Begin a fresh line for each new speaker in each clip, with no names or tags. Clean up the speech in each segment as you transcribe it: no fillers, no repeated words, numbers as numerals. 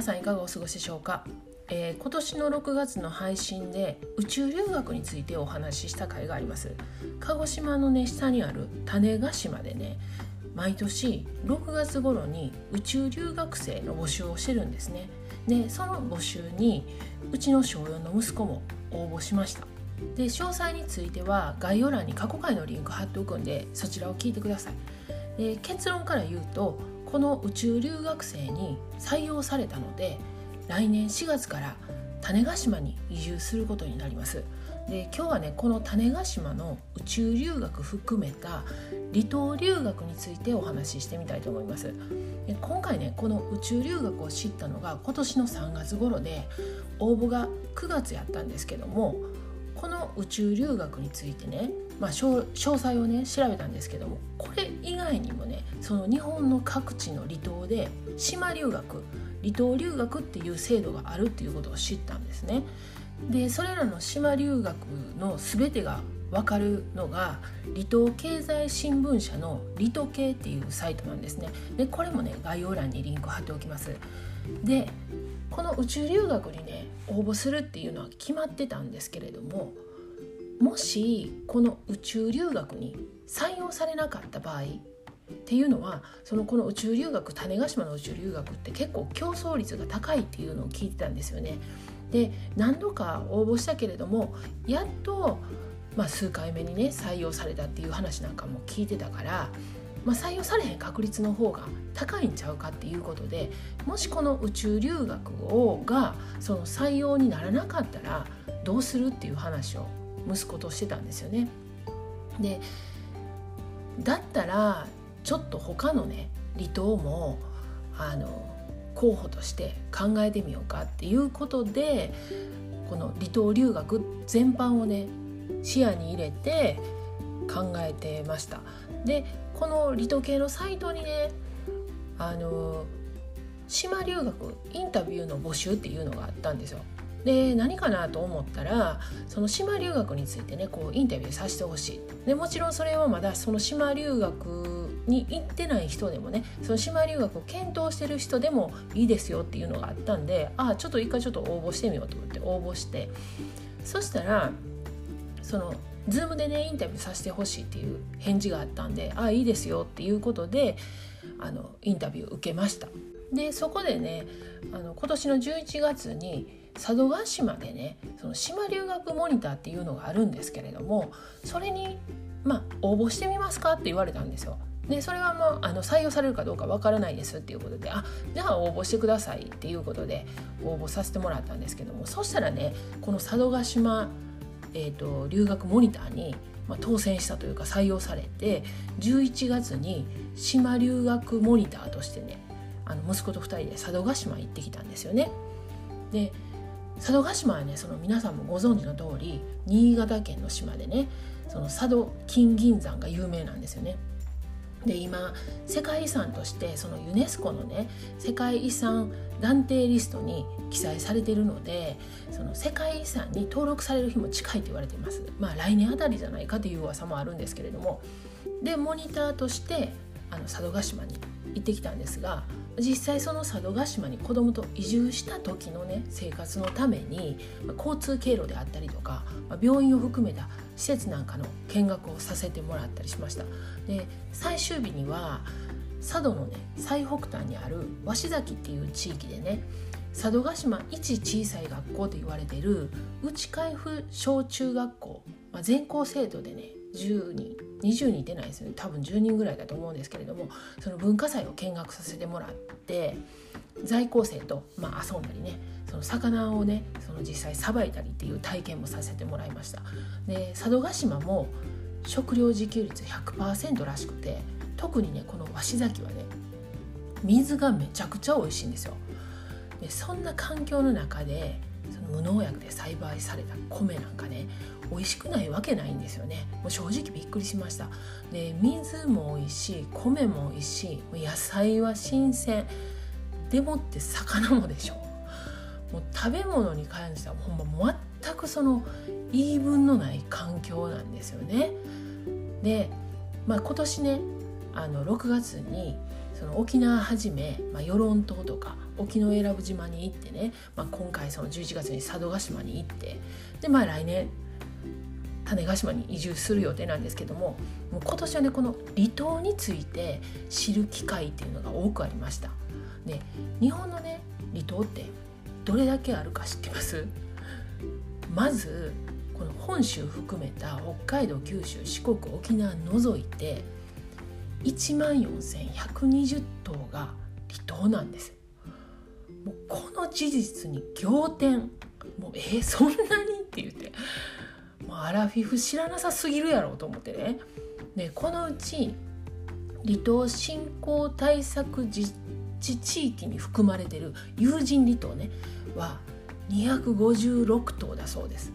さんいかがお過ごしでしょうか。今年の6月の配信で宇宙留学についてお話しした回があります。鹿児島のね下にある種子島でね、毎年6月頃に宇宙留学生の募集をしてるんですね。でその募集にうちの小4の息子も応募しました。で詳細については概要欄に過去回のリンク貼っておくんで、そちらを聞いてください。で結論から言うと、この宇宙留学生に採用されたので、来年4月から種子島に移住することになります。で今日はね、この種子島の宇宙留学含めた離島留学についてお話ししてみたいと思います。で今回ね、この宇宙留学を知ったのが今年の3月頃で、応募が9月やったんですけども、この宇宙留学についてね、詳細をね調べたんですけども、これ以外にもね、その日本の各地の離島で島留学、離島留学っていう制度があるっていうことを知ったんですね。でそれらの島留学の全てが分かるのが離島経済新聞社の離島系っていうサイトなんですね。でこれもね概要欄にリンク貼っておきます。でこの宇宙留学にね応募するっていうのは決まってたんですけれども、もしこの宇宙留学に採用されなかった場合っていうのは、この宇宙留学、種子島の宇宙留学って結構競争率が高いっていうのを聞いてたんですよね。で何度か応募したけれども、やっと、数回目にね採用されたっていう話なんかも聞いてたから、採用されへん確率の方が高いんちゃうかっていうことで、もしこの宇宙留学がその採用にならなかったらどうするっていう話を息子としてたんですよね。でだったらちょっと他のね離島も候補として考えてみようかっていうことで、この離島留学全般をね視野に入れて考えてました。でこの離島系のサイトにね、島留学インタビューの募集っていうのがあったんですよ。で何かなと思ったら、その島留学についてねインタビューさせてほしい。でもちろんそれはまだその島留学に行ってない人でもね、その島留学を検討してる人でもいいですよっていうのがあったんで、ちょっと一回応募してみようと思って応募して、そしたらそのZoom でねインタビューさせてほしいっていう返事があったんで、いいですよっていうことでインタビュー受けました。でそこでね今年の11月に佐渡島でね、その島留学モニターっていうのがあるんですけれども、それに応募してみますかって言われたんですよ。でそれは採用されるかどうかわからないですっていうことで、じゃあ応募してくださいっていうことで応募させてもらったんですけども、そしたらねこの佐渡島、留学モニターに、当選したというか採用されて、11月に島留学モニターとしてね息子と2人で佐渡島行ってきたんですよね。で佐渡島はね、皆さんもご存知の通り新潟県の島でね、その佐渡金銀山が有名なんですよね。で今世界遺産としてそのユネスコのね世界遺産断定リストに記載されているので、その世界遺産に登録される日も近いと言われています。来年あたりじゃないかという噂もあるんですけれども、でモニターとして佐渡島に行ってきたんですが、実際その佐渡島に子供と移住した時のね生活のために交通経路であったりとか、病院を含めた施設なんかの見学をさせてもらったりしました。で最終日には佐渡のね最北端にある鷲崎っていう地域でね、佐渡島一小さい学校と言われている内海部小中学校、全校生徒でね10人20人いてないですよね、多分10人ぐらいだと思うんですけれども、その文化祭を見学させてもらって、在校生と遊んだりね、その魚をね実際さばいたりっていう体験もさせてもらいました。で佐渡島も食料自給率 100% らしくて、特にねこの鷲崎はね水がめちゃくちゃ美味しいんですよ。でそんな環境の中で無農薬で栽培された米なんかね美味しくないわけないんですよね。もう正直びっくりしました。で水も美味しい、米も美味しい、野菜は新鮮でもって魚もでしょ。もう食べ物に関してはほんま全く言い分のない環境なんですよね。で、今年ね6月に沖縄はじめ、与論島とか沖永良部島に行ってね、今回その11月に佐渡島に行って、で来年種子島に移住する予定なんですけども、もう今年はねこの離島について知る機会っていうのが多くありました。で日本のね離島ってどれだけあるか知ってます？まずこの本州含めた北海道、九州、四国、沖縄除いて14,120島が離島なんです。もうこの事実に仰天、もうそんなにって言って、もうアラフィフ知らなさすぎるやろうと思ってね。でこのうち離島振興対策自治地域に含まれている有人離島ねは256島だそうです。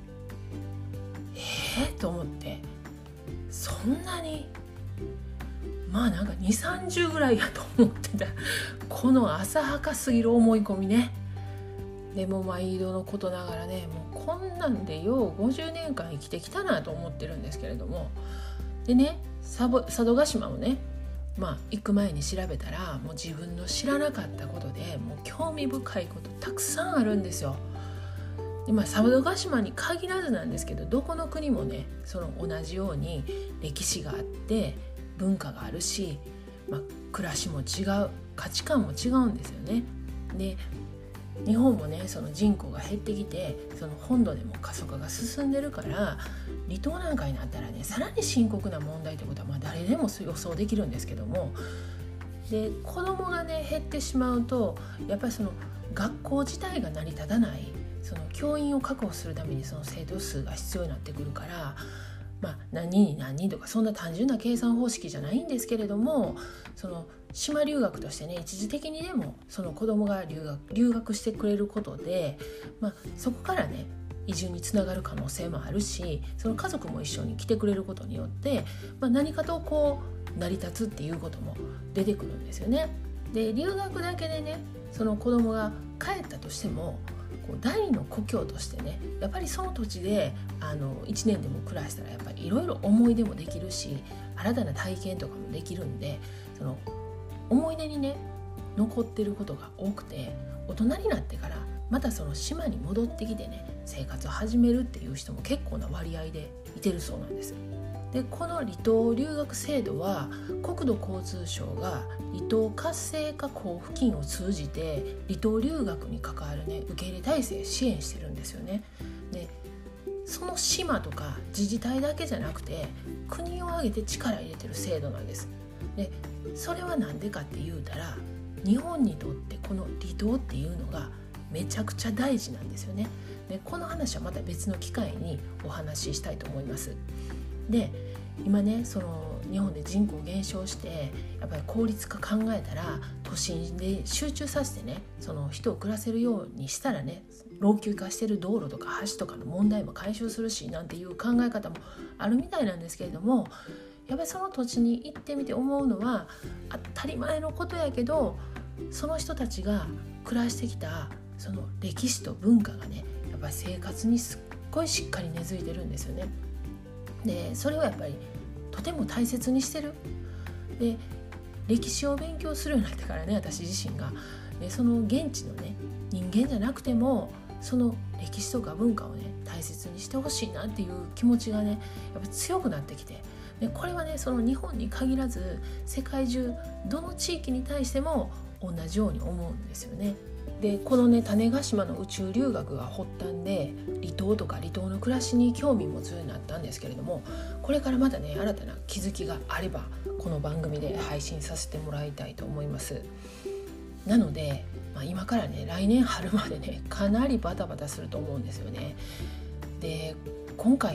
と思って、そんなになんか 2,30 ぐらいやと思ってた。この浅はかすぎる思い込みね。でも毎度のことながらね、もうこんなんでよう50年間生きてきたなと思ってるんですけれども、でね佐渡島をね行く前に調べたら、もう自分の知らなかったことでもう興味深いことたくさんあるんですよ。で佐渡島に限らずなんですけど、どこの国もねその同じように歴史があって文化があるし、暮らしも違う、価値観も違うんですよね。で日本もねその人口が減ってきて、その本土でも過疎化が進んでるから、離島なんかになったらねさらに深刻な問題ということは誰でも予想できるんですけども、で子供がね減ってしまうと、やっぱりその学校自体が成り立たない、その教員を確保するためにその生徒数が必要になってくるから、何人に何人とかそんな単純な計算方式じゃないんですけれども、その島留学としてね一時的にでもその子供が留学してくれることで、そこからね移住につながる可能性もあるし、その家族も一緒に来てくれることによって、何かとこう成り立つっていうことも出てくるんですよね。で留学だけでねその子供が帰ったとしても、第二の故郷としてねやっぱりその土地で1年でも暮らしたらやっぱりいろいろ思い出もできるし、新たな体験とかもできるんで、その思い出にね残ってることが多くて、大人になってからまたその島に戻ってきてね生活を始めるっていう人も結構な割合でいてるそうなんです。でこの離島留学制度は国土交通省が離島活性化交付金を通じて離島留学に関わるね受け入れ体制支援してるんですよね。でその島とか自治体だけじゃなくて国を挙げて力入れてる制度なんです。でそれはなんでかって言うたら、日本にとってこの離島っていうのがめちゃくちゃ大事なんですよね。でこの話はまた別の機会にお話ししたいと思います。で今ねその日本で人口減少してやっぱり効率化考えたら、都心で集中させてねその人を暮らせるようにしたらね、老朽化してる道路とか橋とかの問題も解消するしなんていう考え方もあるみたいなんですけれども、やっぱりその土地に行ってみて思うのは、当たり前のことやけどその人たちが暮らしてきたその歴史と文化がねやっぱり生活にすっごいしっかり根付いてるんですよね。でそれをやっぱりとても大切にしてる。で歴史を勉強するようになってからね、私自身がその現地のね人間じゃなくてもその歴史とか文化をね大切にしてほしいなっていう気持ちがねやっぱ強くなってきて、でこれはねその日本に限らず世界中どの地域に対しても同じように思うんですよね。でこのね種子島の宇宙留学が発端で離島とか離島の暮らしに興味持つようになったんですけれども、これからまたね新たな気づきがあればこの番組で配信させてもらいたいと思います。なので、今からね来年春までねかなりバタバタすると思うんですよね。で今回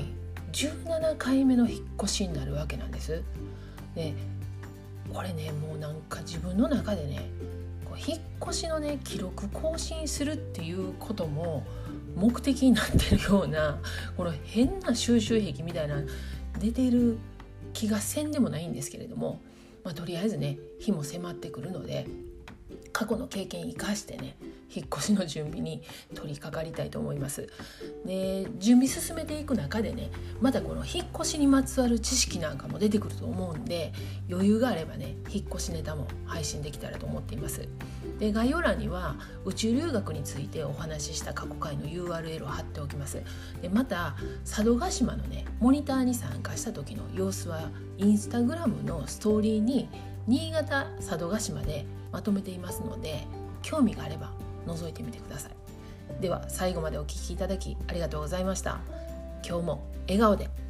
17回目の引っ越しになるわけなんです。でこれねもうなんか自分の中でね引っ越しのね記録更新するっていうことも目的になってるような、この変な収集癖みたいな出てる気がせんでもないんですけれども、とりあえずね日も迫ってくるので過去の経験生かしてね、引っ越しの準備に取り掛かりたいと思います。で、準備進めていく中でね、またこの引っ越しにまつわる知識なんかも出てくると思うんで、余裕があればね、引っ越しネタも配信できたらと思っています。で、概要欄には宇宙留学についてお話しした過去回の URL を貼っておきます。で、また佐渡島のねモニターに参加した時の様子はインスタグラムのストーリーに新潟佐渡島でまとめていますので、興味があれば覗いてみてください。では最後までお聞きいただきありがとうございました。今日も笑顔で